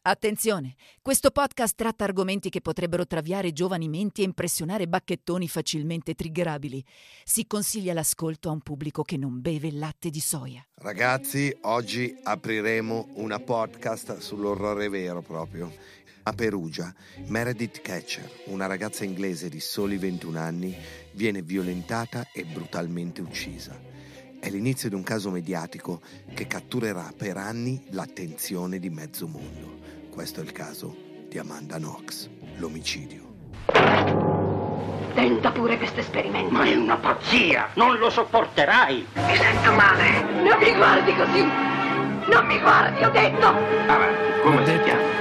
Attenzione, questo podcast tratta argomenti che potrebbero traviare giovani menti e impressionare bacchettoni facilmente triggerabili. Si consiglia l'ascolto a un pubblico che non beve il latte di soia. Ragazzi, oggi apriremo una podcast sull'orrore vero proprio. A Perugia, Meredith Catcher, una ragazza inglese di soli 21 anni, viene violentata e brutalmente uccisa. È l'inizio di un caso mediatico che catturerà per anni l'attenzione di mezzo mondo. Questo è il caso di Amanda Knox, l'omicidio. Tenta pure questo esperimento. Ma è una pazzia! Non lo sopporterai! Mi sento male. Non mi guardi così. Non mi guardi, ho detto. Avanti, come si chiama?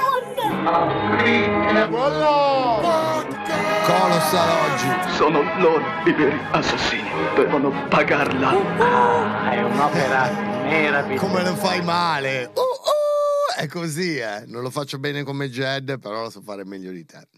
Colossal oggi. Sono loro i veri assassini. Devono pagarla. È un'opera meravigliosa. Come lo fai male? È così, Non lo faccio bene come Jed, però lo so fare meglio di te.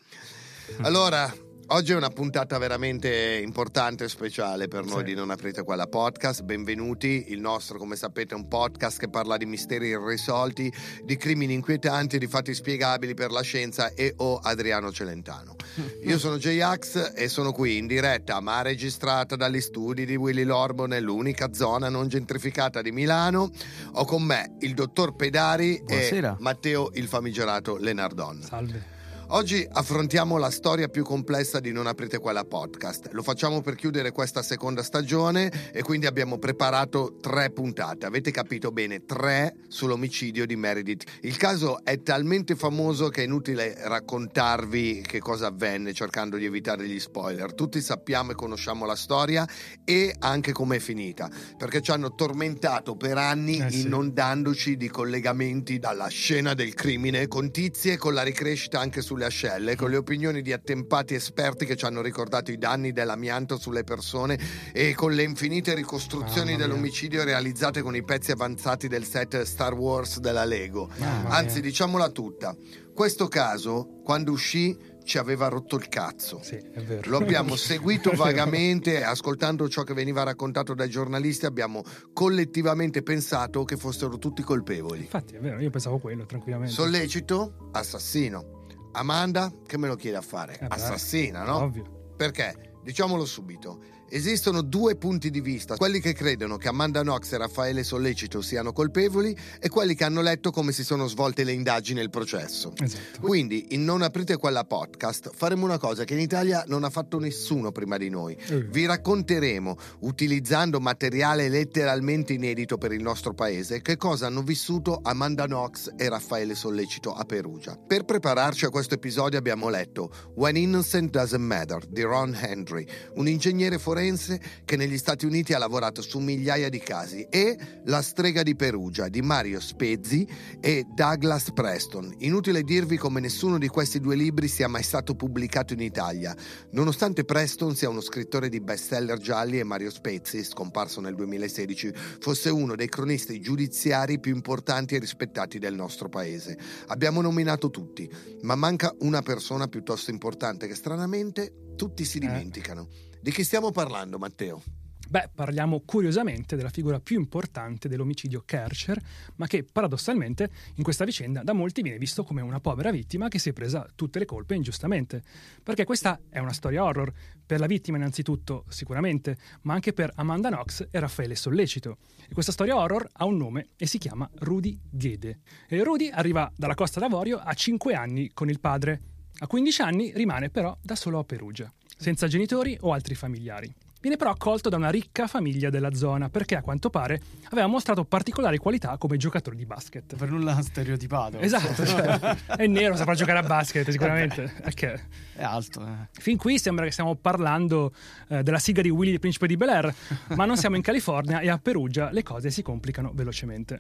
Allora, oggi è una puntata veramente importante e speciale per noi di Non Aprite Quella Podcast. Benvenuti. Il nostro, come sapete, è un podcast che parla di misteri irrisolti, di crimini inquietanti, di fatti spiegabili per la scienza e o Adriano Celentano. Io sono J-Ax e sono qui in diretta ma registrata dagli studi di Willy Lorbo nell'unica zona non gentrificata di Milano. Ho con me il dottor Pedari. Buonasera. E Matteo il famigerato Lenardon. Salve. Oggi affrontiamo la storia più complessa di Non Aprite Quella Podcast. Lo facciamo per chiudere questa seconda stagione e quindi abbiamo preparato 3 puntate. Avete capito bene, 3 sull'omicidio di Meredith. Il caso è talmente famoso che è inutile raccontarvi che cosa avvenne cercando di evitare gli spoiler. Tutti sappiamo e conosciamo la storia e anche com'è finita, perché ci hanno tormentato per anni inondandoci di collegamenti dalla scena del crimine, con tizie, con la ricrescita anche sulle ascelle, con le opinioni di attempati esperti che ci hanno ricordato i danni dell'amianto sulle persone e con le infinite ricostruzioni dell'omicidio realizzate con i pezzi avanzati del set Star Wars della Lego. Anzi, diciamola tutta, questo caso, quando uscì, ci aveva rotto il cazzo. Sì, è vero. Lo abbiamo seguito vagamente, ascoltando ciò che veniva raccontato dai giornalisti, abbiamo collettivamente pensato che fossero tutti colpevoli. Infatti, è vero, io pensavo quello, tranquillamente. Sollecito, assassino. Amanda, che me lo chiede a fare? Assassina, no? Ovvio. Perché? Diciamolo subito. Esistono 2 punti di vista, quelli che credono che Amanda Knox e Raffaele Sollecito siano colpevoli e quelli che hanno letto come si sono svolte le indagini e il processo. Esatto. Quindi, in Non Aprite Quella Podcast, faremo una cosa che in Italia non ha fatto nessuno prima di noi. Vi racconteremo, utilizzando materiale letteralmente inedito per il nostro paese, che cosa hanno vissuto Amanda Knox e Raffaele Sollecito a Perugia. Per prepararci a questo episodio abbiamo letto When Innocent Doesn't Matter di Ron Hendry, un ingegnere forense che negli Stati Uniti ha lavorato su migliaia di casi, e La strega di Perugia di Mario Spezzi e Douglas Preston. Inutile dirvi come nessuno di questi 2 libri sia mai stato pubblicato in Italia, nonostante Preston sia uno scrittore di bestseller gialli e Mario Spezzi, scomparso nel 2016, fosse uno dei cronisti giudiziari più importanti e rispettati del nostro paese. Abbiamo nominato tutti, ma manca una persona piuttosto importante che stranamente tutti si dimenticano. Di chi stiamo parlando, Matteo? Beh, parliamo curiosamente della figura più importante dell'omicidio Kercher, ma che paradossalmente in questa vicenda da molti viene visto come una povera vittima che si è presa tutte le colpe ingiustamente. Perché questa è una storia horror, per la vittima innanzitutto sicuramente, ma anche per Amanda Knox e Raffaele Sollecito. E questa storia horror ha un nome e si chiama Rudy Guede. E Rudy arriva dalla Costa d'Avorio a 5 anni con il padre. A 15 anni rimane però da solo a Perugia, senza genitori o altri familiari. Viene però accolto da una ricca famiglia della zona perché, a quanto pare, aveva mostrato particolari qualità come giocatore di basket. Per nulla stereotipato. Esatto, cioè, è nero, saprà giocare a basket sicuramente. Okay. È alto. Fin qui sembra che stiamo parlando della sigla di Willy il Principe di Bel-Air, ma non siamo in California e a Perugia le cose si complicano velocemente.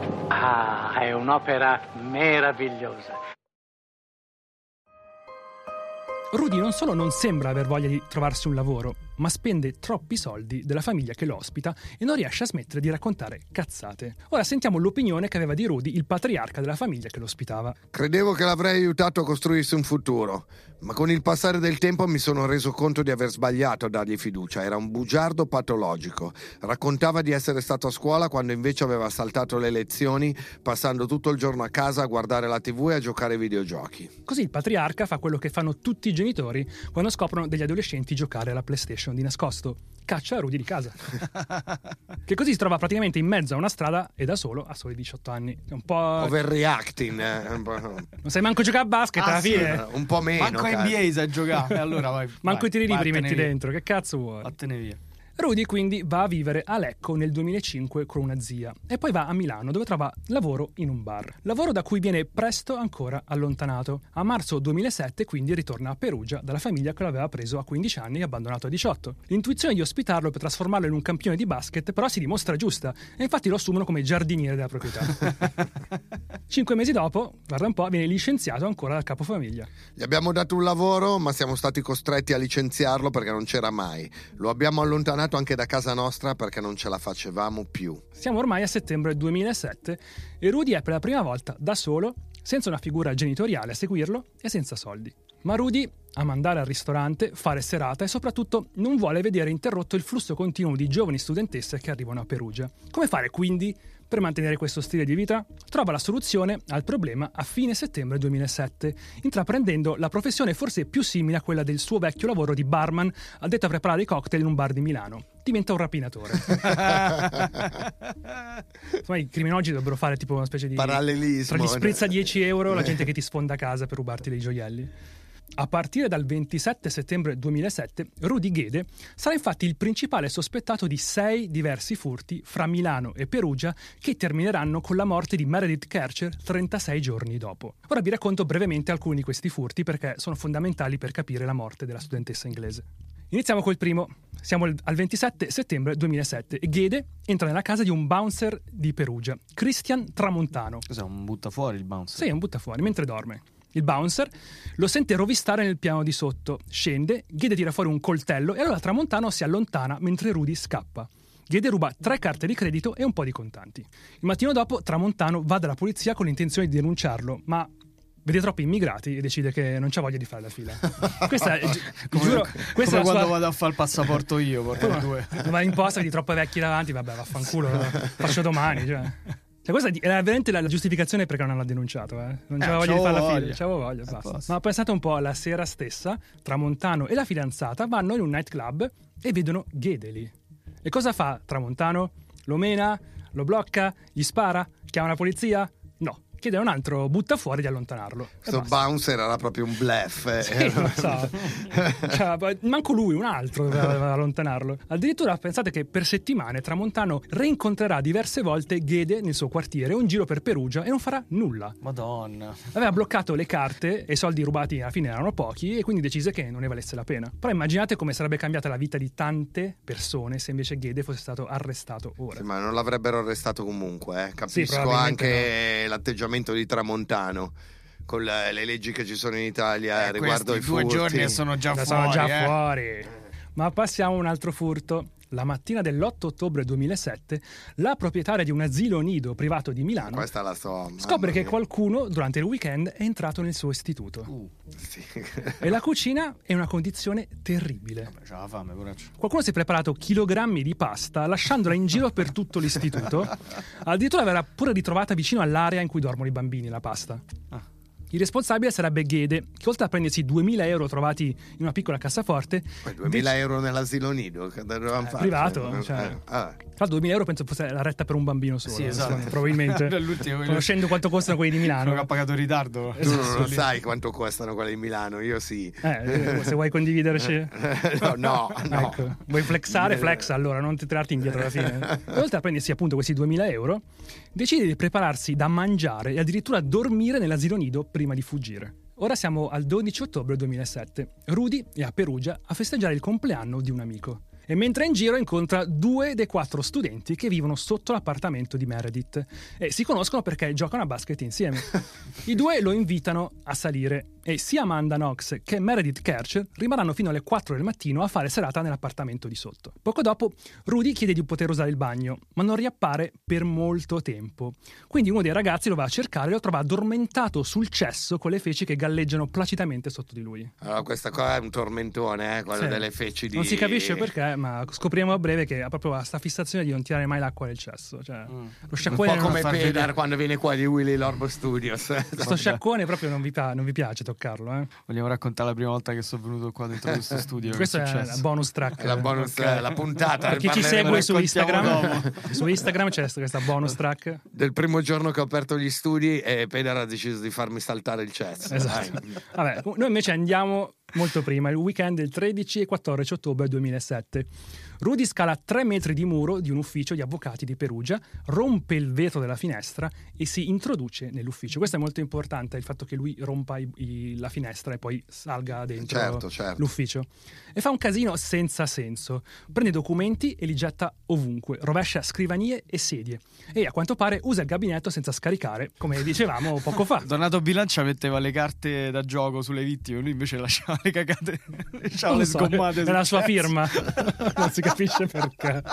È un'opera meravigliosa. Rudy non solo non sembra aver voglia di trovarsi un lavoro, ma spende troppi soldi della famiglia che lo ospita e non riesce a smettere di raccontare cazzate. Ora sentiamo l'opinione che aveva di Rudy il patriarca della famiglia che lo ospitava. Credevo che l'avrei aiutato a costruirsi un futuro, ma con il passare del tempo mi sono reso conto di aver sbagliato a dargli fiducia. Era un bugiardo patologico. Raccontava di essere stato a scuola quando invece aveva saltato le lezioni, passando tutto il giorno a casa a guardare la TV e a giocare ai videogiochi. Così il patriarca fa quello che fanno tutti i genitori quando scoprono degli adolescenti giocare alla PlayStation di nascosto. Caccia Rudy di casa. Che così si trova praticamente in mezzo a una strada e da solo a soli 18 anni. È un po' overreacting. Non sai manco giocare a basket alla fine. Un po' meno. Manco NBA sai giocare. Allora vai. Manco i tiri liberi metti via. dentro. Che cazzo vuoi? Vattene via. Rudy quindi va a vivere a Lecco nel 2005 con una zia e poi va a Milano dove trova lavoro in un bar. Lavoro da cui viene presto ancora allontanato. A marzo 2007 quindi ritorna a Perugia dalla famiglia che l'aveva preso a 15 anni e abbandonato a 18. L'intuizione di ospitarlo per trasformarlo in un campione di basket però si dimostra giusta e infatti lo assumono come giardiniere della proprietà. 5 mesi dopo, guarda un po', viene licenziato ancora dal capofamiglia. Gli abbiamo dato un lavoro ma siamo stati costretti a licenziarlo perché non c'era mai. Lo abbiamo allontanato anche da casa nostra perché non ce la facevamo più. Siamo ormai a settembre 2007 e Rudy è per la prima volta da solo, senza una figura genitoriale a seguirlo e senza soldi. Ma Rudy ama andare al ristorante, fare serata e soprattutto non vuole vedere interrotto il flusso continuo di giovani studentesse che arrivano a Perugia. Come fare quindi per mantenere questo stile di vita? Trova la soluzione al problema a fine settembre 2007, intraprendendo la professione forse più simile a quella del suo vecchio lavoro di barman addetto a preparare i cocktail in un bar di Milano. Diventa un rapinatore. Insomma, i criminologi dovrebbero fare tipo una specie di parallelismo. Tra gli sprizza 10 euro, la gente che ti sfonda a casa per rubarti dei gioielli. A partire dal 27 settembre 2007, Rudy Ghede sarà infatti il principale sospettato di 6 diversi furti fra Milano e Perugia che termineranno con la morte di Meredith Kercher 36 giorni dopo. Ora vi racconto brevemente alcuni di questi furti perché sono fondamentali per capire la morte della studentessa inglese. Iniziamo col primo. Siamo al 27 settembre 2007 e Ghede entra nella casa di un bouncer di Perugia, Christian Tramontano. Cos'è, un buttafuori il bouncer? Sì, un buttafuori, mentre dorme. Il bouncer lo sente rovistare nel piano di sotto, scende, Ghede tira fuori un coltello e allora Tramontano si allontana mentre Rudy scappa. Ghede ruba 3 carte di credito e un po' di contanti. Il mattino dopo Tramontano va dalla polizia con l'intenzione di denunciarlo, ma vede troppi immigrati e decide che non c'ha voglia di fare la fila. Questa è, giuro, questa come è quando vado a fare il passaporto io, porco due. Va in posta, vedi troppo vecchi davanti, vabbè, vaffanculo, faccio domani, cioè questa era veramente la giustificazione perché non l'ha denunciato, Non c'aveva voglia di fare la fila, c'avevo voglia, basta. Ma pensate un po', la sera stessa, Tramontano e la fidanzata vanno in un nightclub e vedono Ghede lì. E cosa fa Tramontano? Lo mena? Lo blocca? Gli spara? Chiama la polizia? No. Chiede a un altro buttafuori di allontanarlo. Questo bouncer era proprio un bluff. Sì, lo so. Cioè, manco lui, un altro doveva allontanarlo. Addirittura pensate che per settimane Tramontano rincontrerà diverse volte Ghede nel suo quartiere, un giro per Perugia e non farà nulla. Madonna. Aveva bloccato le carte e i soldi rubati alla fine erano pochi e quindi decise che non ne valesse la pena. Però immaginate come sarebbe cambiata la vita di tante persone se invece Ghede fosse stato arrestato ora. Sì, ma non l'avrebbero arrestato comunque, Capisco sì, anche l'atteggiamento di Tramontano con le leggi che ci sono in Italia riguardo i furti. 2 giorni sono già fuori. Ma passiamo a un altro furto. La mattina dell'8 ottobre 2007 la proprietaria di un asilo nido privato di Milano Questa la so, scopre che qualcuno durante il weekend è entrato nel suo istituto. Sì. E la cucina è in una condizione terribile. Vabbè, c'ha la fame, poraccio. Qualcuno si è preparato chilogrammi di pasta lasciandola in giro per tutto l'istituto. Addirittura verrà pure ritrovata vicino all'area in cui dormono i bambini la pasta. Il responsabile sarebbe Ghede, che oltre a prendersi 2.000 euro trovati in una piccola cassaforte... 2.000 euro nell'asilo nido? Che dovevamo fare? Privato, cioè. Tra 2.000 euro penso fosse la retta per un bambino solo. Sì, esatto. Probabilmente. Conoscendo quanto costano quelli di Milano. Che ha pagato in ritardo. Tu non lo sai quanto costano quelli di Milano, io sì. Se vuoi condividerci. No. Ecco. Vuoi flexare? Flexa allora, non ti tirarti indietro alla fine. Oltre a prendersi appunto questi 2.000 euro, decide di prepararsi da mangiare e addirittura dormire nell'asilo nido prima di fuggire. Ora siamo al 12 ottobre 2007. Rudy è a Perugia a festeggiare il compleanno di un amico. E mentre è in giro incontra 2 dei 4 studenti che vivono sotto l'appartamento di Meredith e si conoscono perché giocano a basket insieme. I 2 lo invitano a salire e sia Amanda Knox che Meredith Kercher rimarranno fino alle 4 del mattino a fare serata nell'appartamento di sotto. Poco dopo Rudy chiede di poter usare il bagno, ma non riappare per molto tempo. Quindi uno dei ragazzi lo va a cercare e lo trova addormentato sul cesso con le feci che galleggiano placidamente sotto di lui. Allora, questa qua è un tormentone, quello Sì. delle feci di... Non si capisce perché, ma scopriremo a breve che ha proprio sta fissazione di non tirare mai l'acqua nel cesso. Cioè, lo Un sciacquone po' non come far Pedar vedere. quando viene qua di Willy Lorbo Studios. Sto sciacquone proprio non vi piace toccarlo, eh? Vogliamo raccontare la prima volta che sono venuto qua dentro questo studio? Questo che è successo? la bonus track. La bonus, la puntata. Per chi ci parleremo segue su raccontiamo Instagram, su Instagram c'è questa bonus track. del primo giorno che ho aperto gli studi e Pedar ha deciso di farmi saltare il cesso. Esatto. Dai. Vabbè, noi invece andiamo molto prima, il weekend del 13 e 14 ottobre 2007. Rudy scala 3 metri di muro di un ufficio di avvocati di Perugia, rompe il vetro della finestra e si introduce nell'ufficio. Questo è molto importante, il fatto che lui rompa la finestra e poi salga dentro Certo. l'ufficio. E fa un casino senza senso. Prende i documenti e li getta ovunque, rovescia scrivanie e sedie. E a quanto pare usa il gabinetto senza scaricare, come dicevamo poco fa. Donato Bilancia metteva le carte da gioco sulle vittime, lui invece lasciava le cagate, lasciava Non le so, sgommate. è sul la sua cesso. firma. Non si capisce perché.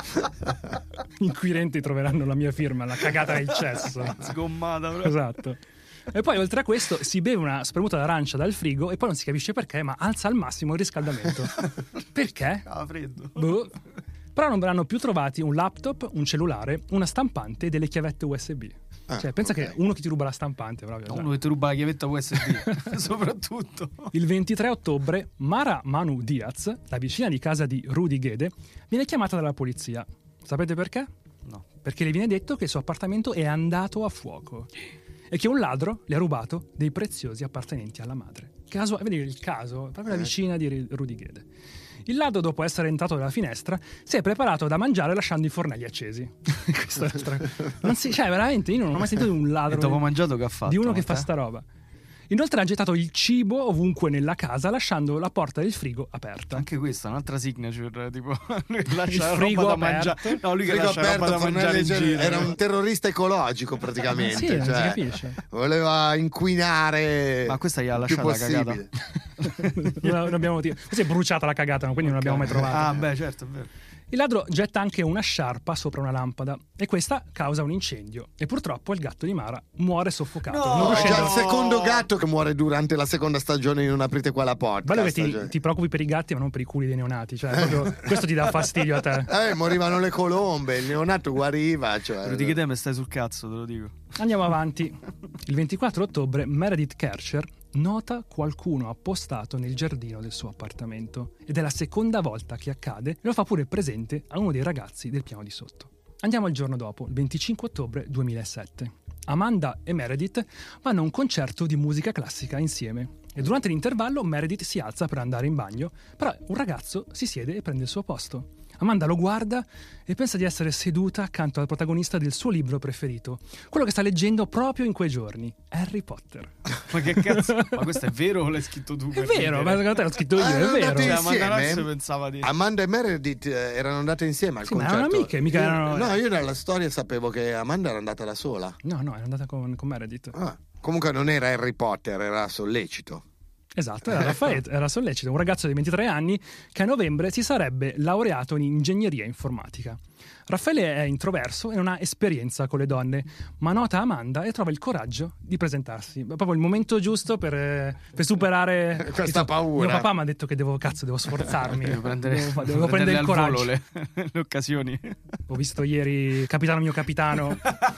Gli inquirenti troveranno la mia firma, la cagata nel cesso. Sgommata, però. Esatto. E poi oltre a questo si beve una spremuta d'arancia dal frigo e poi non si capisce perché, ma alza al massimo il riscaldamento. Perché? Ah, freddo. Boh. Però non verranno più trovati un laptop, un cellulare, una stampante e delle chiavette USB. Cioè, pensa che uno che ti ruba la stampante proprio. Uno che ti ruba la chiavetta USB, soprattutto. Il 23 ottobre Mara Manu Diaz, la vicina di casa di Rudy Guede, viene chiamata dalla polizia. Sapete perché? No. Perché le viene detto che il suo appartamento è andato a fuoco e che un ladro le ha rubato dei preziosi appartenenti alla madre. Vedi il caso, proprio la vicina di Rudy Guede. Il ladro, dopo essere entrato dalla finestra, si è preparato da mangiare lasciando i fornelli accesi. Questo è cioè, veramente, io non ho mai sentito di un ladro. E dopo mangiato che ha fatto? Di uno che fa Matteo? sta roba. Inoltre ha gettato il cibo ovunque nella casa, lasciando la porta del frigo aperta. Anche questa è un'altra signature, tipo lui che lascia Il la frigo roba da aperto. mangiare. No, lui che Frigo lascia roba aperto, da mangiare in fornelli giro. era un terrorista ecologico praticamente. Sì, non si cioè, capisce. voleva inquinare Ma questa gliela il più lasciata la cagata? non possibile. abbiamo si è bruciata la cagata, quindi non l'abbiamo mai trovata. Ah, beh, certo, è vero. Il ladro getta anche una sciarpa sopra una lampada e questa causa un incendio e purtroppo il gatto di Mara muore soffocato. No, non È riuscendo- già il secondo gatto che muore durante la seconda stagione di Non aprite qua la porta. Bello che ti preoccupi per i gatti ma non per i culi dei neonati, cioè proprio, questo ti dà fastidio a te. Morivano le colombe, il neonato guariva. Cioè... Rudy Guede me stai sul cazzo, te lo dico. Andiamo avanti. Il 24 ottobre Meredith Kercher nota qualcuno appostato nel giardino del suo appartamento ed è la seconda volta che accade e lo fa pure presente a uno dei ragazzi del piano di sotto. Andiamo al giorno dopo, il 25 ottobre 2007. Amanda e Meredith vanno a un concerto di musica classica insieme e durante l'intervallo Meredith si alza per andare in bagno, però un ragazzo si siede e prende il suo posto. Amanda lo guarda e pensa di essere seduta accanto al protagonista del suo libro preferito, quello che sta leggendo proprio in quei giorni, Harry Potter. Ma che cazzo? Ma questo è vero o l'hai scritto tu? È vero, ma secondo te l'ho scritto io, è erano vero. andati Cioè, Amanda insieme? Knox pensava di... Amanda e Meredith erano andate insieme al Sì, ma concerto. erano amiche, mica erano- No, io nella storia sapevo che Amanda era andata da sola. No, è andata con Meredith. Comunque non era Harry Potter, era sollecito. Esatto, era Raffaele, era sollecito, un ragazzo di 23 anni che a novembre si sarebbe laureato in ingegneria informatica. Raffaele è introverso e non ha esperienza con le donne, ma nota Amanda e trova il coraggio di presentarsi. È proprio il momento giusto per superare Questa paura. Mio papà mi ha detto che devo sforzarmi. Devo prendere, devo prendere il coraggio. volo le occasioni. Ho visto ieri Capitano mio capitano.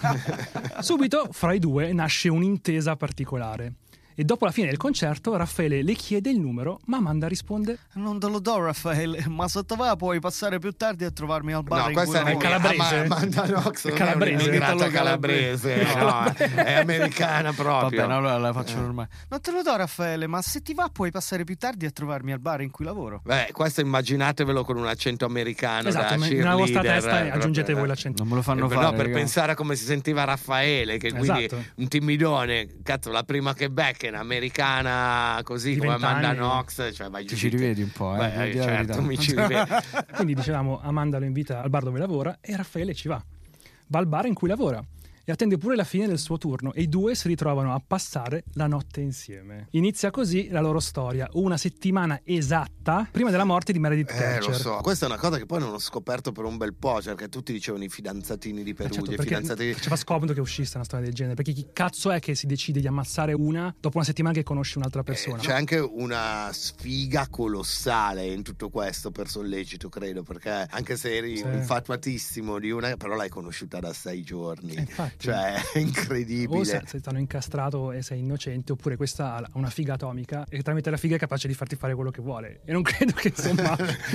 Subito fra i due nasce un'intesa particolare. E dopo la fine del concerto Raffaele le chiede il numero, ma Amanda risponde: Non te lo do, Raffaele, ma se te va puoi passare più tardi a trovarmi al bar. No, in questa cui è lavoro. calabrese. Amanda Knox non Calabrese. è un'immigrata Italo calabrese, no, è americana Va proprio. bene, allora la faccio normale. Non te lo do, Raffaele, ma se ti va puoi passare più tardi a trovarmi al bar in cui lavoro. Beh, questo immaginatevelo con un accento americano. esatto, da nella vostra cheerleader, testa aggiungete proprio, voi l'accento. Non me lo fanno no, fare. per raga. pensare a come si sentiva Raffaele, che quindi Esatto. un timidone, cazzo, la prima che becca è un'americana così Di come 20 Amanda anni. Knox, cioè vai Ti giù ci di te. rivedi un po', Beh, devo dire la certo, verità. mi ci rivedo. Quindi dicevamo Amanda lo invita al bar dove lavora e Raffaele ci va. Va al bar in cui lavora e attende pure la fine del suo turno e i due si ritrovano a passare la notte insieme. Inizia così la loro storia, una settimana esatta prima della morte di Meredith Kercher. Lo so, questa è una cosa che poi non ho scoperto per un bel po', perché tutti dicevano i fidanzatini di Perugia, certo, i fidanzatini... Ci fa scomodo che uscisse una storia del genere, perché chi cazzo è che si decide di ammazzare una dopo una settimana che conosce un'altra persona? C'è anche una sfiga colossale in tutto questo per Sollecito, credo, perché anche se eri infatuatissimo di una, però l'hai conosciuta da 6 giorni, cioè è incredibile. O se ti hanno incastrato e sei innocente, oppure questa ha una figa atomica e tramite la figa è capace di farti fare quello che vuole, e non credo che insomma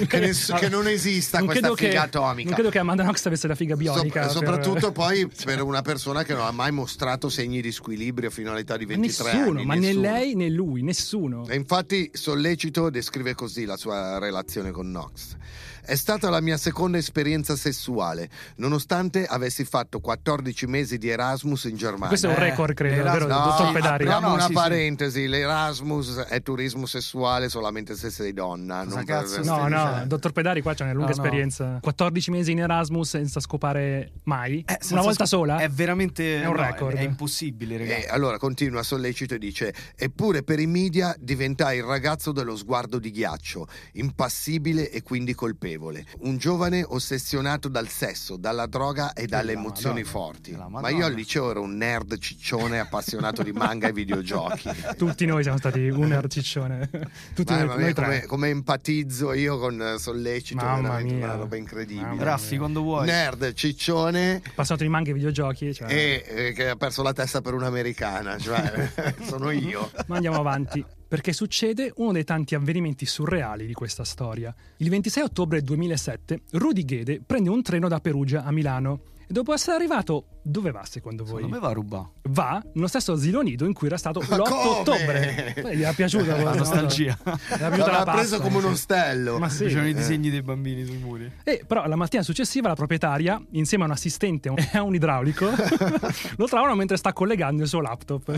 che non esista questa figa atomica. Non credo che Amanda Knox avesse la figa bionica, soprattutto poi per una persona che non ha mai mostrato segni di squilibrio fino all'età di 23 anni. Ma né lei né lui, nessuno. E infatti Sollecito descrive così la sua relazione con Knox. È stata la mia seconda esperienza sessuale, nonostante avessi fatto 14 mesi di Erasmus in Germania. Questo è un record, credo, vero, dottor Pedari? Apriamo una parentesi, l'Erasmus è turismo sessuale solamente se sei donna. No, dottor Pedari qua c'è una lunga esperienza. 14 mesi in Erasmus senza scopare mai, una volta sola. È veramente un record. È impossibile, ragazzi. Allora continua Sollecito e dice: eppure per i media diventai il ragazzo dello sguardo di ghiaccio, impassibile e quindi colpevole. Un giovane ossessionato dal sesso, dalla droga e dalle emozioni forti. Ma io al liceo ero un nerd ciccione appassionato di manga e videogiochi. Tutti noi siamo stati un nerd ciccione. Tutti noi tre. Come empatizzo io con Sollecito, è veramente una roba incredibile. Raffi, quando vuoi. Nerd ciccione appassionato di manga e videogiochi, cioè... e che ha perso la testa per un'americana, cioè sono io. Ma andiamo avanti, perché succede uno dei tanti avvenimenti surreali di questa storia. Il 26 ottobre 2007 Rudy Guede prende un treno da Perugia a Milano e dopo essere arrivato, dove va secondo voi? Dove va a rubare? Va nello stesso asilo nido in cui era stato l'8 ottobre. Gli è piaciuta la nostalgia. L'ha preso come un ostello. Ma sì. C'erano i disegni dei bambini sui muri. Però la mattina successiva la proprietaria, insieme a un assistente e a un idraulico, lo trovano mentre sta collegando il suo laptop.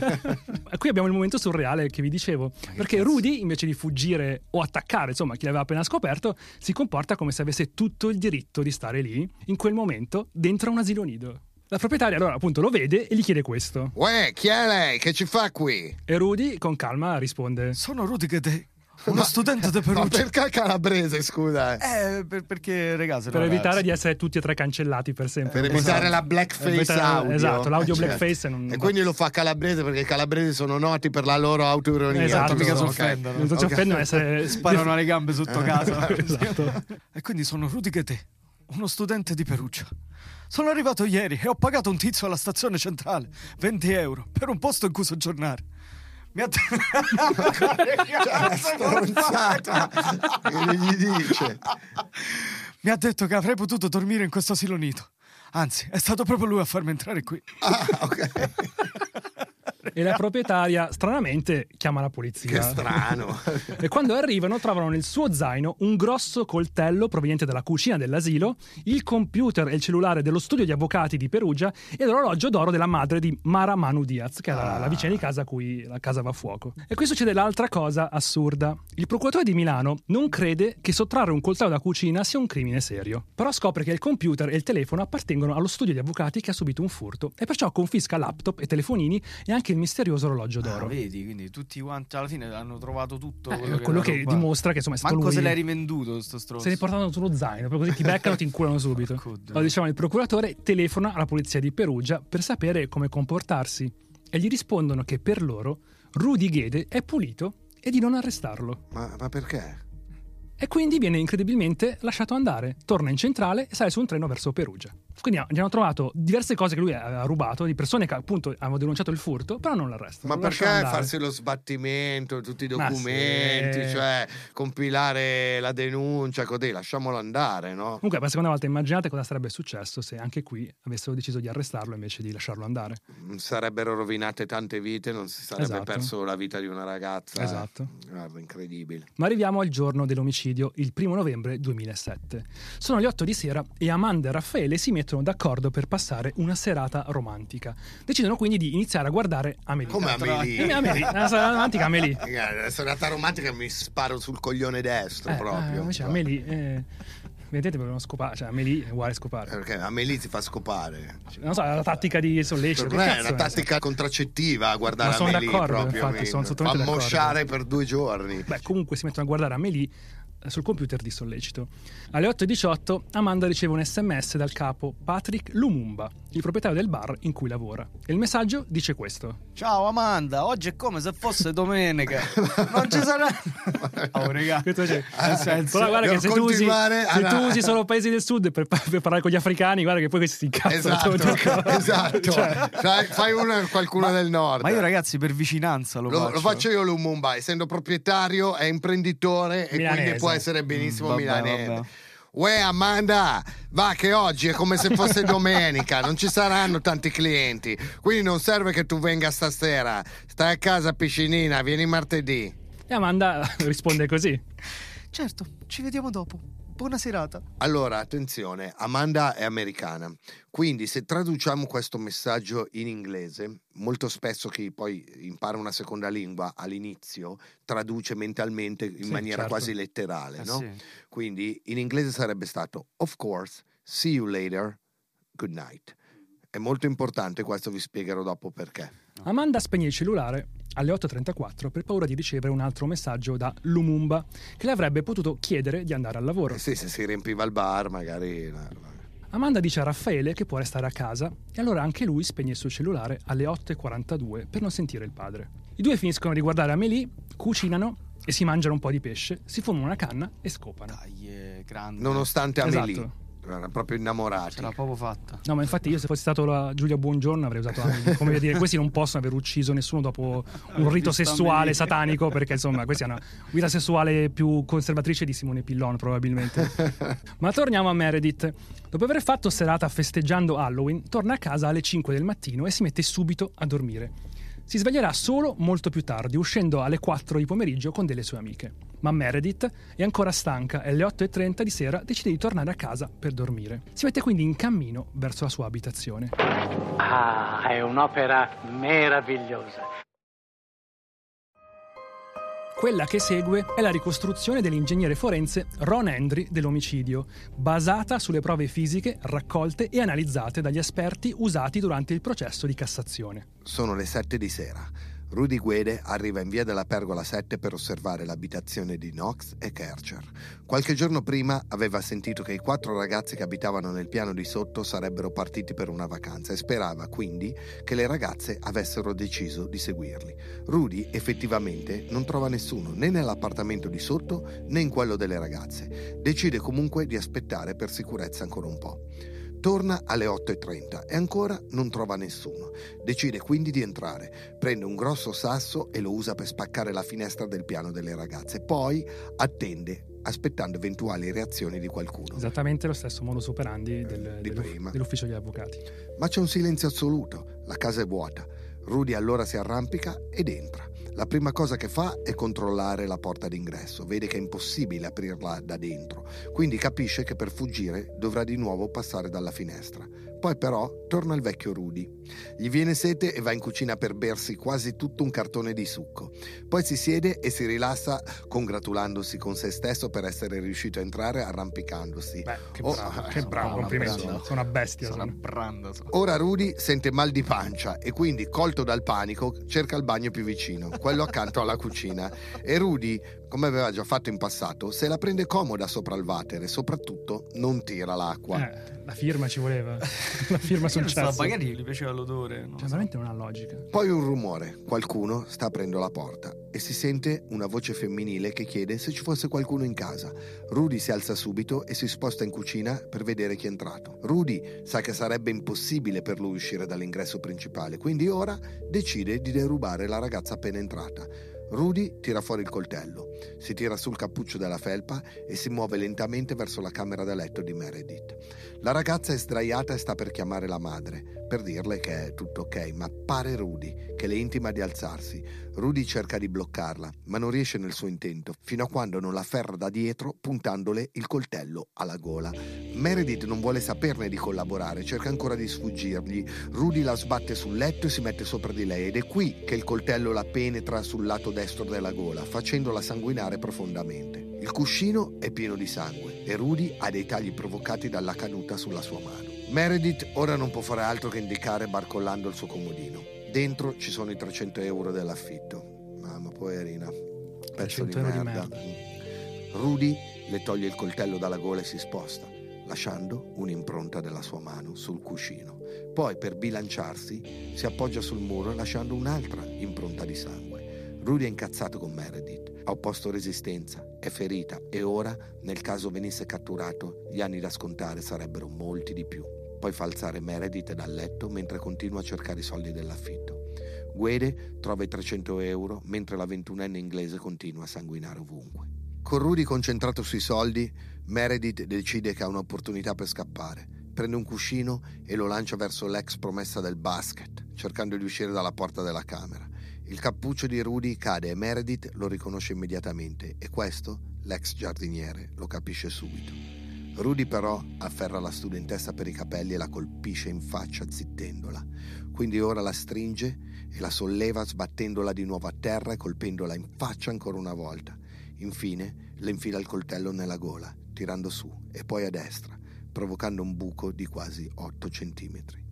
Qui abbiamo il momento surreale che vi dicevo, perché Rudy, invece di fuggire o attaccare insomma chi l'aveva appena scoperto, si comporta come se avesse tutto il diritto di stare lì in quel momento dentro un asilo nido. La proprietaria allora appunto lo vede e gli chiede questo. Uè, chi è lei? Che ci fa qui? E Rudy con calma risponde: sono Rudy Guede, uno studente di Perugia. Ma perché calabrese, scusa? Perché ragazzi, per evitare di essere tutti e tre cancellati per sempre. Per evitare la blackface audio. Esatto, l'audio blackface e quindi lo fa calabrese perché i calabresi sono noti per la loro autoironia. Esatto, mica si offendono. Non si offendono essere... Sparano alle gambe sotto casa. Esatto. E quindi sono Rudy Guede, uno studente di Perugia. Sono arrivato ieri e ho pagato un tizio alla stazione centrale 20 euro per un posto in cui soggiornare. Mi ha stronzata che gli dice. Mi ha detto che avrei potuto dormire in questo asilo nido. Anzi, è stato proprio lui a farmi entrare qui. Ok. E la proprietaria stranamente chiama la polizia. Che strano. E quando arrivano trovano nel suo zaino un grosso coltello proveniente dalla cucina dell'asilo, il computer e il cellulare dello studio di avvocati di Perugia e l'orologio d'oro della madre di Mara Manu Diaz, che era la vicina di casa a cui la casa va a fuoco. E qui succede l'altra cosa assurda. Il procuratore di Milano non crede che sottrarre un coltello da cucina sia un crimine serio, però scopre che il computer e il telefono appartengono allo studio di avvocati che ha subito un furto e perciò confisca laptop e telefonini e anche il misterioso orologio d'oro. Vedi, quindi tutti quanti alla fine hanno trovato tutto quello che dimostra che insomma è stato manco lui. Se l'hai rivenduto sto stronzo. Se ne portano sullo zaino, proprio così ti beccano, ti inculano subito. Allora, diciamo, il procuratore telefona alla polizia di Perugia per sapere come comportarsi e gli rispondono che per loro Rudy Guede è pulito e di non arrestarlo. Ma perché? E quindi viene incredibilmente lasciato andare, torna in centrale e sale su un treno verso Perugia. Quindi gli hanno trovato diverse cose che lui aveva rubato, di persone che appunto avevano denunciato il furto, però non l'arrestano. Ma perché farsi lo sbattimento, tutti i documenti, cioè compilare la denuncia, così, lasciamolo andare, no? Comunque per la seconda volta immaginate cosa sarebbe successo se anche qui avessero deciso di arrestarlo invece di lasciarlo andare. Sarebbero rovinate tante vite, non si sarebbe perso la vita di una ragazza. Esatto. Guarda, incredibile. Ma arriviamo al giorno dell'omicidio, il 1 novembre 2007. Sono le 8 di sera e Amanda e Raffaele si mettono d'accordo per passare una serata romantica. Decidono quindi di iniziare a guardare Amélie. Come Amélie? Una serata romantica Amélie. La serata romantica mi sparo sul coglione destro proprio. Amélie vedete, volevano scopare, cioè Amélie è uguale scopare. Perché Amélie ti fa scopare. Non so, è la tattica di sollecito. Per me è una tattica contraccettiva guardare sono Amélie d'accordo, proprio. infatti, sono totalmente fa mosciare per 2 giorni. Beh, comunque si mettono a guardare Amélie sul computer di sollecito. Alle 8:18 Amanda riceve un SMS dal capo Patrick Lumumba, il proprietario del bar in cui lavora. E il messaggio dice questo: Ciao Amanda, oggi è come se fosse domenica. Non ci sarà. Oh, raga. Questo c'è. Nel senso, Però guarda che se tu usi solo paesi del sud per parlare con gli africani, guarda che poi questi si incazzano. Esatto. Fai qualcuno del nord. Ma io ragazzi per vicinanza lo faccio io Lumumba, essendo proprietario, è imprenditore e milanese. quindi può essere benissimo milanese. Vabbè. Uè Amanda, va che oggi è come se fosse domenica, non ci saranno tanti clienti, quindi non serve che tu venga stasera, stai a casa piscinina, vieni martedì. E Amanda risponde così: certo, ci vediamo dopo. Buona serata. Allora, attenzione, Amanda è americana, quindi se traduciamo questo messaggio in inglese, molto spesso chi poi impara una seconda lingua all'inizio traduce mentalmente in maniera quasi letterale, no? Sì. Quindi in inglese sarebbe stato of course, see you later, good night. È molto importante questo, vi spiegherò dopo perché. Amanda spegne il cellulare alle 8:34 per paura di ricevere un altro messaggio da Lumumba che le avrebbe potuto chiedere di andare al lavoro. Sì, se si riempiva il bar magari... Amanda dice a Raffaele che può restare a casa e allora anche lui spegne il suo cellulare alle 8:42 per non sentire il padre. I due finiscono di guardare Amélie, cucinano e si mangiano un po' di pesce, si fumano una canna e scopano. Dai, grande. Nonostante Amélie. Esatto. Erano proprio innamorati. Ce l'ha proprio fatta. No, ma infatti io se fossi stato la Giulia Buongiorno avrei usato Amélie. Come dire, questi non possono aver ucciso nessuno dopo un rito sessuale satanico, perché insomma questa è una vita sessuale più conservatrice di Simone Pillon probabilmente. Ma torniamo a Meredith. Dopo aver fatto serata festeggiando Halloween, torna a casa alle 5 del mattino e si mette subito a dormire. Si sveglierà solo molto più tardi, uscendo alle 4 di pomeriggio con delle sue amiche. Ma Meredith è ancora stanca e alle 8:30 di sera decide di tornare a casa per dormire. Si mette quindi in cammino verso la sua abitazione. Ah, è un'opera meravigliosa. Quella che segue è la ricostruzione dell'ingegnere forense Ron Hendry dell'omicidio, basata sulle prove fisiche raccolte e analizzate dagli esperti usati durante il processo di Cassazione. Sono le 7 di sera. Rudy Guede arriva in via della Pergola 7 per osservare l'abitazione di Knox e Kercher. Qualche giorno prima aveva sentito che i 4 ragazzi che abitavano nel piano di sotto sarebbero partiti per una vacanza e sperava quindi che le ragazze avessero deciso di seguirli. Rudy effettivamente non trova nessuno né nell'appartamento di sotto né in quello delle ragazze. Decide comunque di aspettare per sicurezza ancora un po'. Torna alle 8:30 e ancora non trova nessuno. Decide quindi di entrare, prende un grosso sasso e lo usa per spaccare la finestra del piano delle ragazze. Poi attende, aspettando eventuali reazioni di qualcuno. Esattamente lo stesso modus operandi dell'ufficio degli avvocati. Ma c'è un silenzio assoluto, la casa è vuota. Rudy allora si arrampica ed entra. La prima cosa che fa è controllare la porta d'ingresso. Vede che è impossibile aprirla da dentro, quindi capisce che per fuggire dovrà di nuovo passare dalla finestra. Poi però torna il vecchio Rudy. Gli viene sete e va in cucina per bersi quasi tutto un cartone di succo. Poi si siede e si rilassa congratulandosi con se stesso per essere riuscito a entrare arrampicandosi. Beh, che bravo, complimenti. Sono una bestia. Sono una branda. Ora Rudy sente mal di pancia e quindi, colto dal panico, cerca il bagno più vicino, quello accanto alla cucina. E Rudy, come aveva già fatto in passato, se la prende comoda sopra il water e soprattutto non tira l'acqua. La firma ci voleva. La firma sul cesso. Magari gli piaceva l'odore. Veramente non ha logica. Poi un rumore. Qualcuno sta aprendo la porta e si sente una voce femminile che chiede se ci fosse qualcuno in casa. Rudy si alza subito e si sposta in cucina per vedere chi è entrato. Rudy sa che sarebbe impossibile per lui uscire dall'ingresso principale, quindi ora decide di derubare la ragazza appena entrata. Rudy tira fuori il coltello, si tira sul cappuccio della felpa e si muove lentamente verso la camera da letto di Meredith. La ragazza è sdraiata e sta per chiamare la madre, per dirle che è tutto ok, ma pare Rudy che le intima di alzarsi. Rudy cerca di bloccarla, ma non riesce nel suo intento, fino a quando non la afferra da dietro puntandole il coltello alla gola. Meredith non vuole saperne di collaborare, cerca ancora di sfuggirgli. Rudy la sbatte sul letto e si mette sopra di lei ed è qui che il coltello la penetra sul lato destro della gola, facendola sanguinare profondamente. Il cuscino è pieno di sangue e Rudy ha dei tagli provocati dalla caduta sulla sua mano. Meredith ora non può fare altro che indicare barcollando il suo comodino. Dentro ci sono i 300 euro dell'affitto. Mamma poverina, pezzo di merda. Rudy le toglie il coltello dalla gola e si sposta, lasciando un'impronta della sua mano sul cuscino. Poi, per bilanciarsi, si appoggia sul muro lasciando un'altra impronta di sangue. Rudy è incazzato con Meredith, ha opposto resistenza, è ferita e ora, nel caso venisse catturato, gli anni da scontare sarebbero molti di più. Poi fa alzare Meredith dal letto mentre continua a cercare i soldi dell'affitto. Guede trova i 300 euro mentre la 21enne inglese continua a sanguinare ovunque. Con Rudy concentrato sui soldi, Meredith decide che ha un'opportunità per scappare. Prende un cuscino e lo lancia verso l'ex promessa del basket, cercando di uscire dalla porta della camera. Il cappuccio di Rudy cade e Meredith lo riconosce immediatamente e questo, l'ex giardiniere, lo capisce subito. Rudy però afferra la studentessa per i capelli e la colpisce in faccia zittendola. Quindi ora la stringe e la solleva sbattendola di nuovo a terra e colpendola in faccia ancora una volta. Infine le infila il coltello nella gola, tirando su e poi a destra, provocando un buco di quasi 8 centimetri.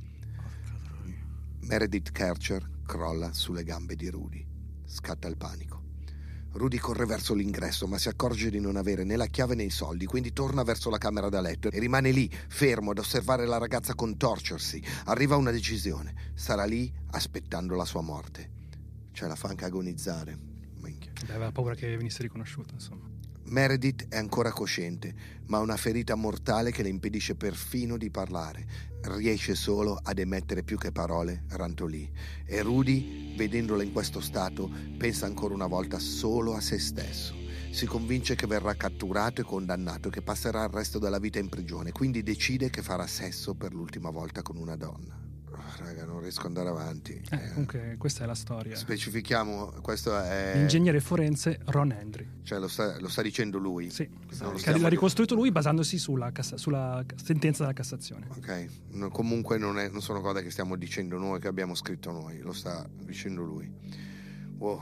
Meredith Kercher crolla sulle gambe di Rudy. Scatta il panico. Rudy corre verso l'ingresso, ma si accorge di non avere né la chiave né i soldi, quindi torna verso la camera da letto e rimane lì, fermo, ad osservare la ragazza contorcersi. Arriva a una decisione. Sarà lì aspettando la sua morte. Cioè la fa anche agonizzare. Minchia. Aveva paura che venisse riconosciuta, insomma. Meredith è ancora cosciente, ma ha una ferita mortale che le impedisce perfino di parlare. Riesce solo ad emettere più che parole, rantolì. E Rudy, vedendola in questo stato, pensa ancora una volta solo a se stesso. Si convince che verrà catturato e condannato e che passerà il resto della vita in prigione, quindi decide che farà sesso per l'ultima volta con una donna. Raga, non riesco ad andare avanti. Comunque questa è la storia. Specifichiamo, questo è l'ingegnere forense Ron Hendry. Cioè lo sta dicendo lui. Sì, l'ha ricostruito lui basandosi sulla sentenza della Cassazione. Ok, comunque non sono cose che stiamo dicendo noi, che abbiamo scritto noi, lo sta dicendo lui. Wow.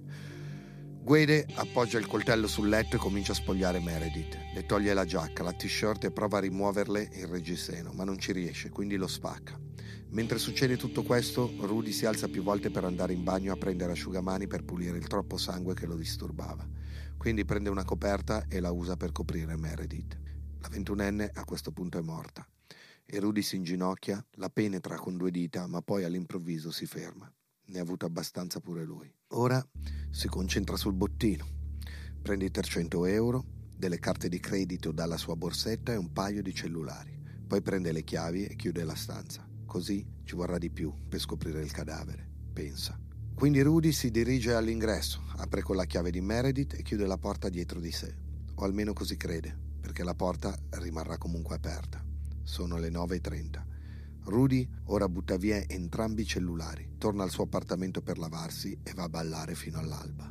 Guede appoggia il coltello sul letto e comincia a spogliare Meredith. Le toglie la giacca, la t-shirt e prova a rimuoverle il reggiseno, ma non ci riesce, quindi lo spacca. Mentre succede tutto questo, Rudy si alza più volte per andare in bagno a prendere asciugamani per pulire il troppo sangue che lo disturbava. Quindi prende una coperta e la usa per coprire Meredith. La 21enne a questo punto è morta. E Rudy si inginocchia, la penetra con 2 dita, ma poi all'improvviso si ferma. Ne ha avuto abbastanza pure lui. Ora si concentra sul bottino. Prende i 300 euro, delle carte di credito dalla sua borsetta e un paio di cellulari. Poi prende le chiavi e chiude la stanza. Così ci vorrà di più per scoprire il cadavere, pensa. Quindi Rudy si dirige all'ingresso, apre con la chiave di Meredith e chiude la porta dietro di sé. O almeno così crede, perché la porta rimarrà comunque aperta. Sono le 9:30. Rudy ora butta via entrambi i cellulari, torna al suo appartamento per lavarsi e va a ballare fino all'alba.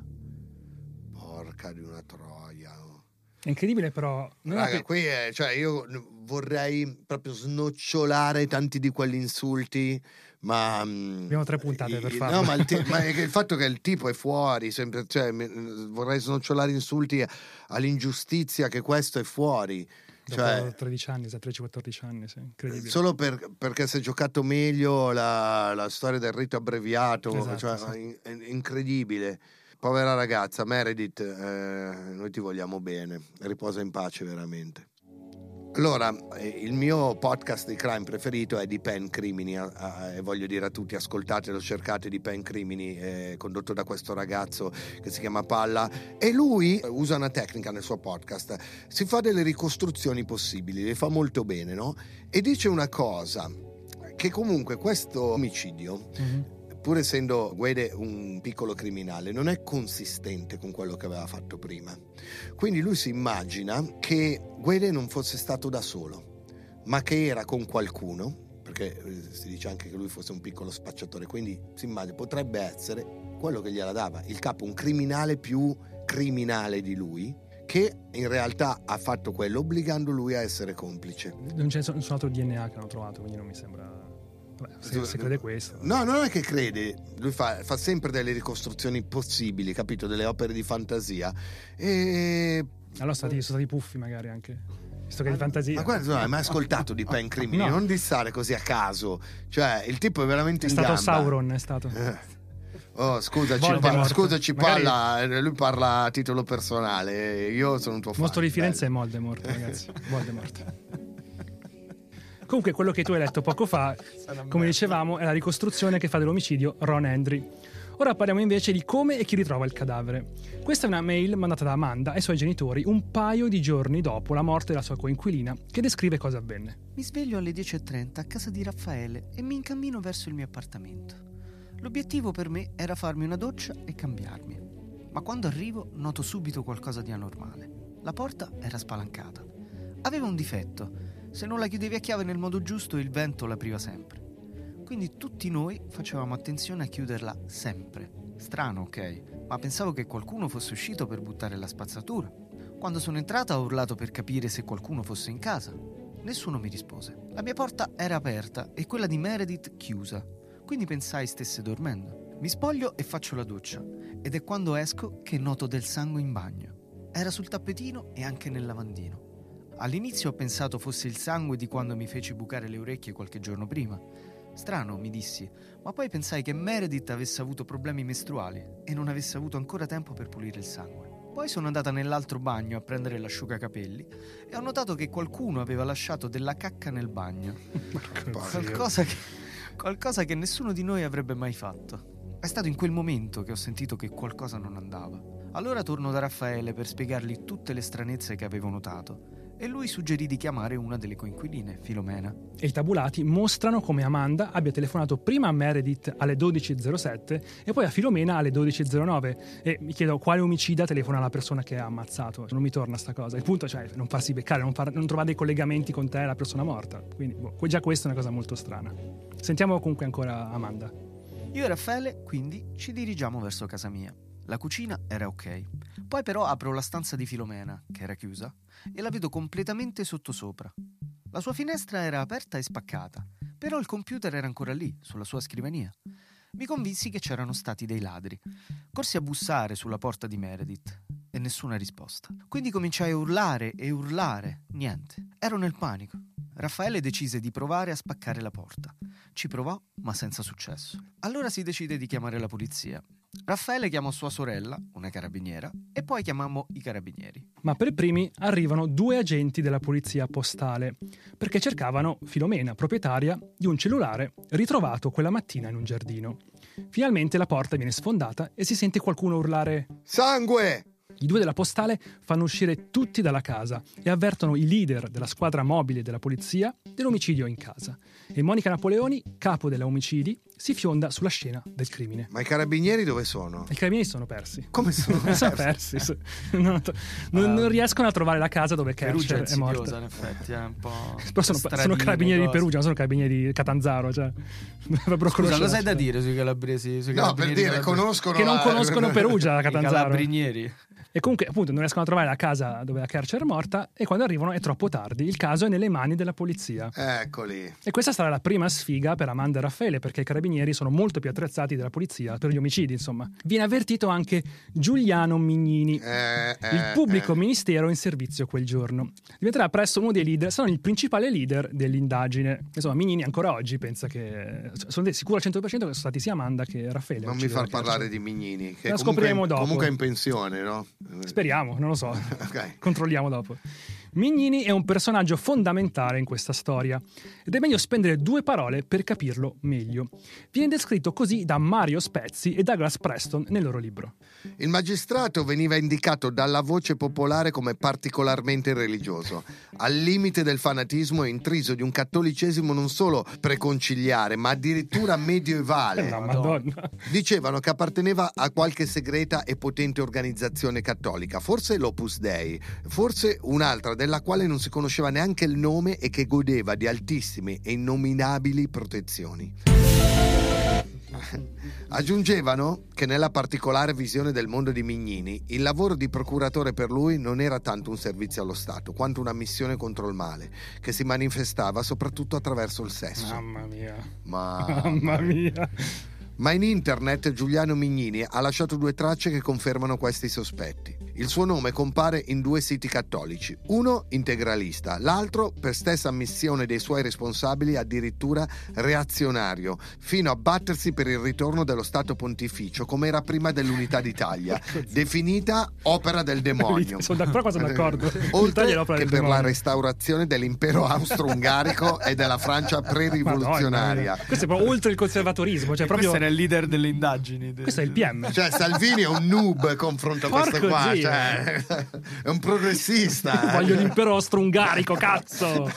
Porca di una troia. È incredibile però. Raga, qui è, cioè io vorrei proprio snocciolare tanti di quegli insulti, ma abbiamo 3 puntate per farlo. No, ma il fatto che il tipo è fuori, sempre, cioè, vorrei snocciolare insulti all'ingiustizia che questo è fuori. Dopo cioè, 13 anni, 13-14 anni, sì, incredibile. Solo perché si è giocato meglio la storia del rito abbreviato, esatto, cioè, sì. è incredibile. Povera ragazza, Meredith, noi ti vogliamo bene, riposa in pace veramente. Allora, il mio podcast di crime preferito è di Pen Crimini, e voglio dire a tutti, ascoltatelo, cercate di Pen Crimini, condotto da questo ragazzo che si chiama Palla, e lui usa una tecnica nel suo podcast, si fa delle ricostruzioni possibili, le fa molto bene, no? E dice una cosa, che comunque questo omicidio, pur essendo Guede un piccolo criminale, non è consistente con quello che aveva fatto prima. Quindi lui si immagina che Guede non fosse stato da solo, ma che era con qualcuno, perché si dice anche che lui fosse un piccolo spacciatore, quindi si immagina, potrebbe essere quello che gliela dava, il capo, un criminale più criminale di lui, che in realtà ha fatto quello obbligando lui a essere complice. Non c'è nessun altro DNA che hanno trovato, quindi non mi sembra... Se crede questo. No, non è che crede, lui fa sempre delle ricostruzioni possibili, capito? Delle opere di fantasia, e Allora sono stati puffi magari anche, visto che è di fantasia. Ma guarda, non hai mai ascoltato di Pen Crimini? No. Non dissare così a caso. Cioè, il tipo è veramente È in stato gamba. Sauron, è stato. Oh, scusaci, Voldemort. scusaci, Magari- lui parla a titolo personale. Io sono un tuo fan. Mostro di Firenze bello. è Voldemort, ragazzi. Voldemort. Comunque quello che tu hai letto poco fa, come dicevamo, è la ricostruzione che fa dell'omicidio Ron Hendry. Ora parliamo invece di come e chi ritrova il cadavere. Questa è una mail mandata da Amanda ai suoi genitori un paio di giorni dopo la morte della sua coinquilina, che descrive cosa avvenne. Mi sveglio alle 10:30 a casa di Raffaele e mi incammino verso il mio appartamento. L'obiettivo per me era farmi una doccia e cambiarmi. Ma quando arrivo noto subito qualcosa di anormale. La porta era spalancata. Aveva un difetto. Se non la chiudevi a chiave nel modo giusto, il vento l'apriva sempre. Quindi tutti noi facevamo attenzione a chiuderla sempre. Strano, ok, ma pensavo che qualcuno fosse uscito per buttare la spazzatura. Quando sono entrata ho urlato per capire se qualcuno fosse in casa. Nessuno mi rispose. La mia porta era aperta e quella di Meredith chiusa, quindi pensai stesse dormendo. Mi spoglio e faccio la doccia ed è quando esco che noto del sangue in bagno. Era sul tappetino e anche nel lavandino. All'inizio ho pensato fosse il sangue di quando mi feci bucare le orecchie qualche giorno prima. Strano, mi dissi, ma poi pensai che Meredith avesse avuto problemi mestruali e non avesse avuto ancora tempo per pulire il sangue. Poi sono andata nell'altro bagno a prendere l'asciugacapelli e ho notato che qualcuno aveva lasciato della cacca nel bagno. Qualcosa che nessuno di noi avrebbe mai fatto. È stato in quel momento che ho sentito che qualcosa non andava. Allora torno da Raffaele per spiegargli tutte le stranezze che avevo notato e lui suggerì di chiamare una delle coinquiline, Filomena. E i tabulati mostrano come Amanda abbia telefonato prima a Meredith alle 12.07 e poi a Filomena alle 12.09. E mi chiedo quale omicida telefona alla persona che ha ammazzato. Non mi torna sta cosa. Il punto è cioè non farsi beccare, non trovare dei collegamenti con te e la persona morta. Quindi già questa è una cosa molto strana. Sentiamo comunque ancora Amanda. Io e Raffaele quindi ci dirigiamo verso casa mia. La cucina era ok. Poi però apro la stanza di Filomena, che era chiusa, e la vedo completamente sottosopra. La sua finestra era aperta e spaccata, però il computer era ancora lì, sulla sua scrivania. Mi convinsi che c'erano stati dei ladri. Corsi a bussare sulla porta di Meredith e nessuna risposta. Quindi cominciai a urlare e urlare. Niente. Ero nel panico. Raffaele decise di provare a spaccare la porta. Ci provò, ma senza successo. Allora si decide di chiamare la polizia. Raffaele chiamò sua sorella, una carabiniera, e poi chiamammo i carabinieri. Ma per primi arrivano 2 agenti della polizia postale, perché cercavano Filomena, proprietaria di un cellulare ritrovato quella mattina in un giardino. Finalmente la porta viene sfondata e si sente qualcuno urlare Sangue! I 2 della postale fanno uscire tutti dalla casa e avvertono i leader della squadra mobile della polizia dell'omicidio in casa. E Monica Napoleoni, capo della omicidi, si fionda sulla scena del crimine. Ma i carabinieri dove sono? I carabinieri sono persi. Come sono persi? Sono persi. Non riescono a trovare la casa dove Perugia Kercher è morta. in effetti, è un po'. Però sono carabinieri di Perugia, non sono carabinieri di Catanzaro. Cioè, Scusa, cosa hai da dire sui calabresi? No, per dire, conoscono che non conoscono Perugia, la i Catanzaro. calabrinieri. E comunque appunto non riescono a trovare la casa dove la Kercher è morta e quando arrivano è troppo tardi. Il caso è nelle mani della polizia. Eccoli. E questa sarà la prima sfiga per Amanda e Raffaele, perché i carabinieri sono molto più attrezzati della polizia per gli omicidi, insomma. Viene avvertito anche Giuliano Mignini, il pubblico ministero in servizio quel giorno. Diventerà presto uno dei leader, sarà il principale leader dell'indagine. Insomma, Mignini ancora oggi pensa che sono sicuro al 100% che sono stati sia Amanda che Raffaele. Non mi far parlare di Mignini, che lo scopriremo dopo. Comunque è in pensione, no? Speriamo, non lo so. Okay. Controlliamo dopo. Mignini è un personaggio fondamentale in questa storia ed è meglio spendere 2 parole per capirlo meglio. Viene descritto così da Mario Spezzi e Douglas Preston nel loro libro. Il magistrato veniva indicato dalla voce popolare come particolarmente religioso, al limite del fanatismo e intriso di un cattolicesimo non solo preconciliare, ma addirittura medievale. Madonna. Dicevano che apparteneva a qualche segreta e potente organizzazione cattolica, forse l'Opus Dei, forse un'altra della quale non si conosceva neanche il nome e che godeva di altissime e innominabili protezioni. Aggiungevano che nella particolare visione del mondo di Mignini il lavoro di procuratore per lui non era tanto un servizio allo Stato quanto una missione contro il male che si manifestava soprattutto attraverso il sesso. Mamma mia. Mamma mia. Ma in internet Giuliano Mignini ha lasciato 2 tracce che confermano questi sospetti. Il suo nome compare in 2 siti cattolici, uno integralista, l'altro, per stessa ammissione dei suoi responsabili, addirittura reazionario, fino a battersi per il ritorno dello Stato Pontificio come era prima dell'unità d'Italia, definita opera del demonio. Sono d'accordo. Oltre che per la restaurazione dell'impero austro-ungarico e della Francia pre-rivoluzionaria. Questo è proprio oltre il conservatorismo, cioè proprio... Questo era il leader delle indagini. Questo è il PM. Cioè Salvini è un noob confronto a questo qua, Dio. cioè, è un progressista. Voglio l'impero austro-ungarico, cazzo!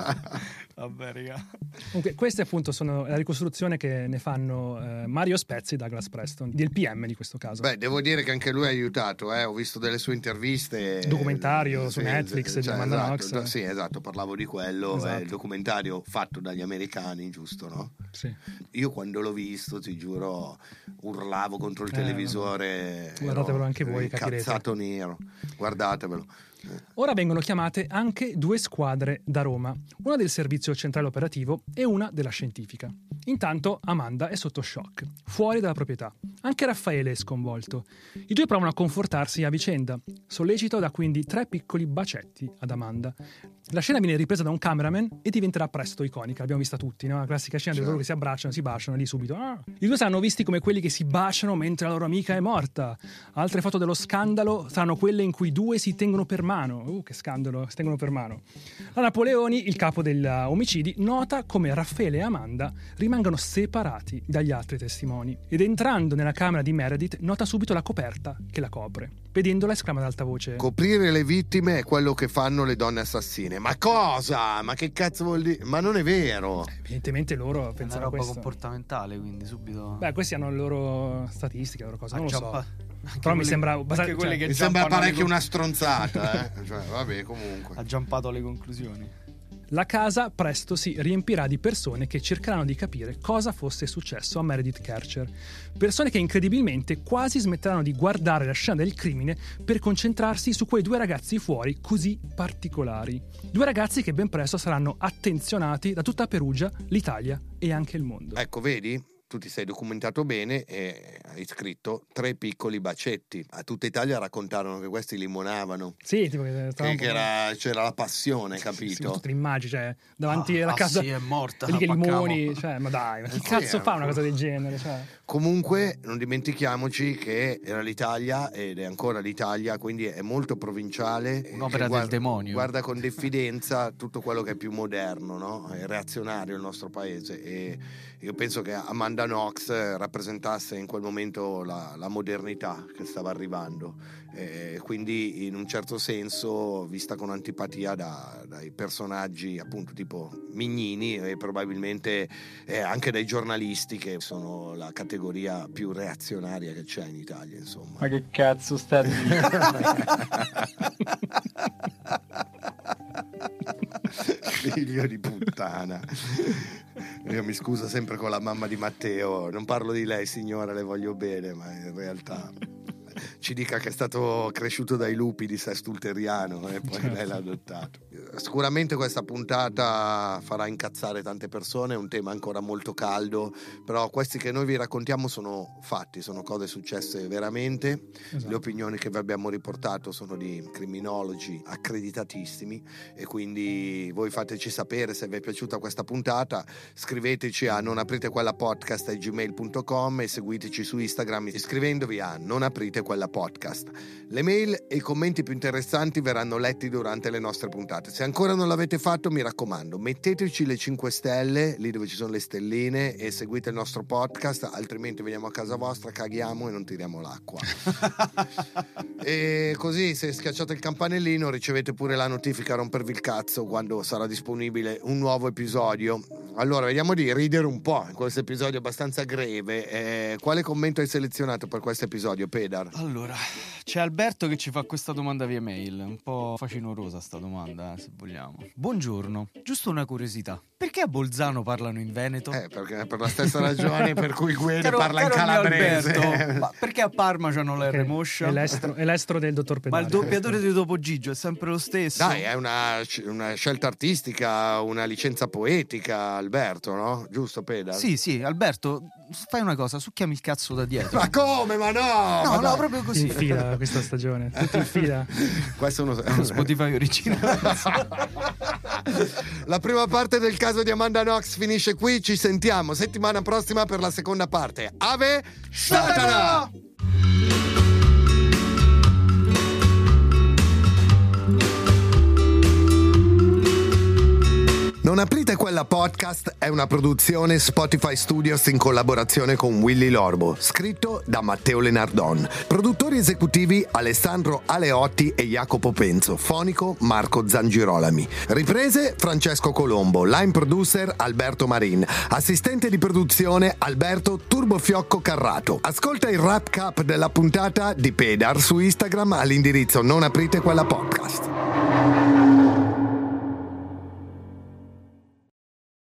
Vabbè, raga. Comunque, queste appunto sono la ricostruzione che ne fanno Mario Spezzi e Douglas Preston, del PM di questo caso. Beh, devo dire che anche lui ha aiutato, ho visto delle sue interviste. Documentario su Netflix di Amanda Knox. Sì, esatto, parlavo di quello, Esatto. il documentario fatto dagli americani, giusto, no? Sì. Io quando l'ho visto, ti giuro, urlavo contro il televisore. Guardatevelo anche voi, capirete. Cazzato nero, guardatevelo. Ora vengono chiamate anche 2 squadre da Roma, una del servizio centrale operativo e una della scientifica. Intanto Amanda è sotto shock, fuori dalla proprietà. Anche Raffaele è sconvolto. I 2 provano a confortarsi a vicenda. Sollecito dà quindi 3 piccoli bacetti ad Amanda. La scena viene ripresa da un cameraman e diventerà presto iconica. L'abbiamo vista tutti, no? La classica scena dove loro che si abbracciano, si baciano, lì subito. I 2 saranno visti come quelli che si baciano mentre la loro amica è morta. Altre foto dello scandalo saranno quelle in cui i 2 si tengono per mano. Che scandalo, si tengono per mano. La Napoleoni, il capo degli omicidi, nota come Raffaele e Amanda rimangano separati dagli altri testimoni. Ed entrando nella camera di Meredith, nota subito la coperta che la copre. Vedendola esclama ad alta voce: coprire le vittime è quello che fanno le donne assassine. Ma cosa? Ma che cazzo vuol dire? Ma non è vero. Evidentemente loro È pensano una a roba questo. comportamentale, quindi subito. Beh, questi hanno le loro statistiche, le loro cose, non lo so. Però mi quelli- sembra anche quelli che Mi sembra giampano parecchio le- una stronzata, Cioè, vabbè, comunque. Ha giampato alle conclusioni. La casa presto si riempirà di persone che cercheranno di capire cosa fosse successo a Meredith Kercher. Persone che incredibilmente quasi smetteranno di guardare la scena del crimine per concentrarsi su quei 2 ragazzi fuori così particolari. 2 ragazzi che ben presto saranno attenzionati da tutta Perugia, l'Italia e anche il mondo. Ecco, vedi? Tu ti sei documentato bene e hai scritto 3 piccoli bacetti. A tutta Italia raccontarono che questi limonavano. Sì, tipo che stavamo- C'era la passione, Sì, capito? tutte le immagini, cioè, davanti alla casa. Sì, è morta. E lì che ma limoni, cavolo. cioè, ma dai, ma chi Sì, cazzo fa una ecco. cosa del genere? Cioè? Comunque non dimentichiamoci che era l'Italia ed è ancora l'Italia, quindi è molto provinciale. Un'opera del demonio. Guarda con diffidenza tutto quello che è più moderno, no? È reazionario il nostro paese e io penso che Amanda Knox rappresentasse in quel momento la modernità che stava arrivando. Quindi in un certo senso vista con antipatia dai personaggi appunto tipo Mignini e probabilmente anche dai giornalisti che sono la categoria più reazionaria che c'è in Italia, insomma. Ma che cazzo sta dicendo? Figlio di puttana. Io mi scuso sempre con la mamma di Matteo, non parlo di lei signora, le voglio bene, ma in realtà ci dica che è stato cresciuto dai lupi di Sest'Ulteriano e poi lei l'ha adottato. Sicuramente questa puntata farà incazzare tante persone, è un tema ancora molto caldo, però questi che noi vi raccontiamo sono fatti, sono cose successe veramente. Esatto. Le opinioni che vi abbiamo riportato sono di criminologi accreditatissimi e quindi voi fateci sapere se vi è piaciuta questa puntata, scriveteci a nonapritequellapodcast@gmail.com e seguiteci su Instagram iscrivendovi a Non Aprite Quella Podcast. Le mail e i commenti più interessanti verranno letti durante le nostre puntate. Se ancora non l'avete fatto, mi raccomando, metteteci le 5 stelle lì dove ci sono le stelline e seguite il nostro podcast, altrimenti veniamo a casa vostra, caghiamo e non tiriamo l'acqua. E così, se schiacciate il campanellino, ricevete pure la notifica a rompervi il cazzo quando sarà disponibile un nuovo episodio. Allora, vediamo di ridere un po' in questo episodio abbastanza greve. Quale commento hai selezionato per questo episodio, Pedar? Allora, c'è Alberto che ci fa questa domanda via mail, un po' facinorosa sta domanda, se vogliamo. Buongiorno, giusto una curiosità. Perché a Bolzano parlano in veneto? Perché per la stessa ragione per cui Guede Caro- parla in caro mio calabrese. Alberto, ma perché a Parma c'hanno la R moscia? È l'estro del dottor Ma Pedale. il doppiatore di Topo Gigio è sempre lo stesso? Dai, è una scelta artistica, una licenza poetica, Alberto, no? Giusto, Peda? Sì, Alberto, fai una cosa, succhiami il cazzo da dietro. Ma come? Ma no! No, ma dai. proprio così. In fila questa stagione, tutti in fila. Questo è Uno Spotify originale. La prima parte del caso di Amanda Knox finisce qui. Ci sentiamo settimana prossima per la seconda parte. Ave Satana! Non aprite quella podcast è una produzione Spotify Studios in collaborazione con Willy Lorbo, scritto da Matteo Lenardon. Produttori esecutivi Alessandro Aleotti e Jacopo Penzo, fonico Marco Zangirolami. Riprese Francesco Colombo, line producer Alberto Marin, assistente di produzione Alberto Turbofiocco Carrato. Ascolta il wrap up della puntata di Pedar su Instagram all'indirizzo Non aprite quella podcast.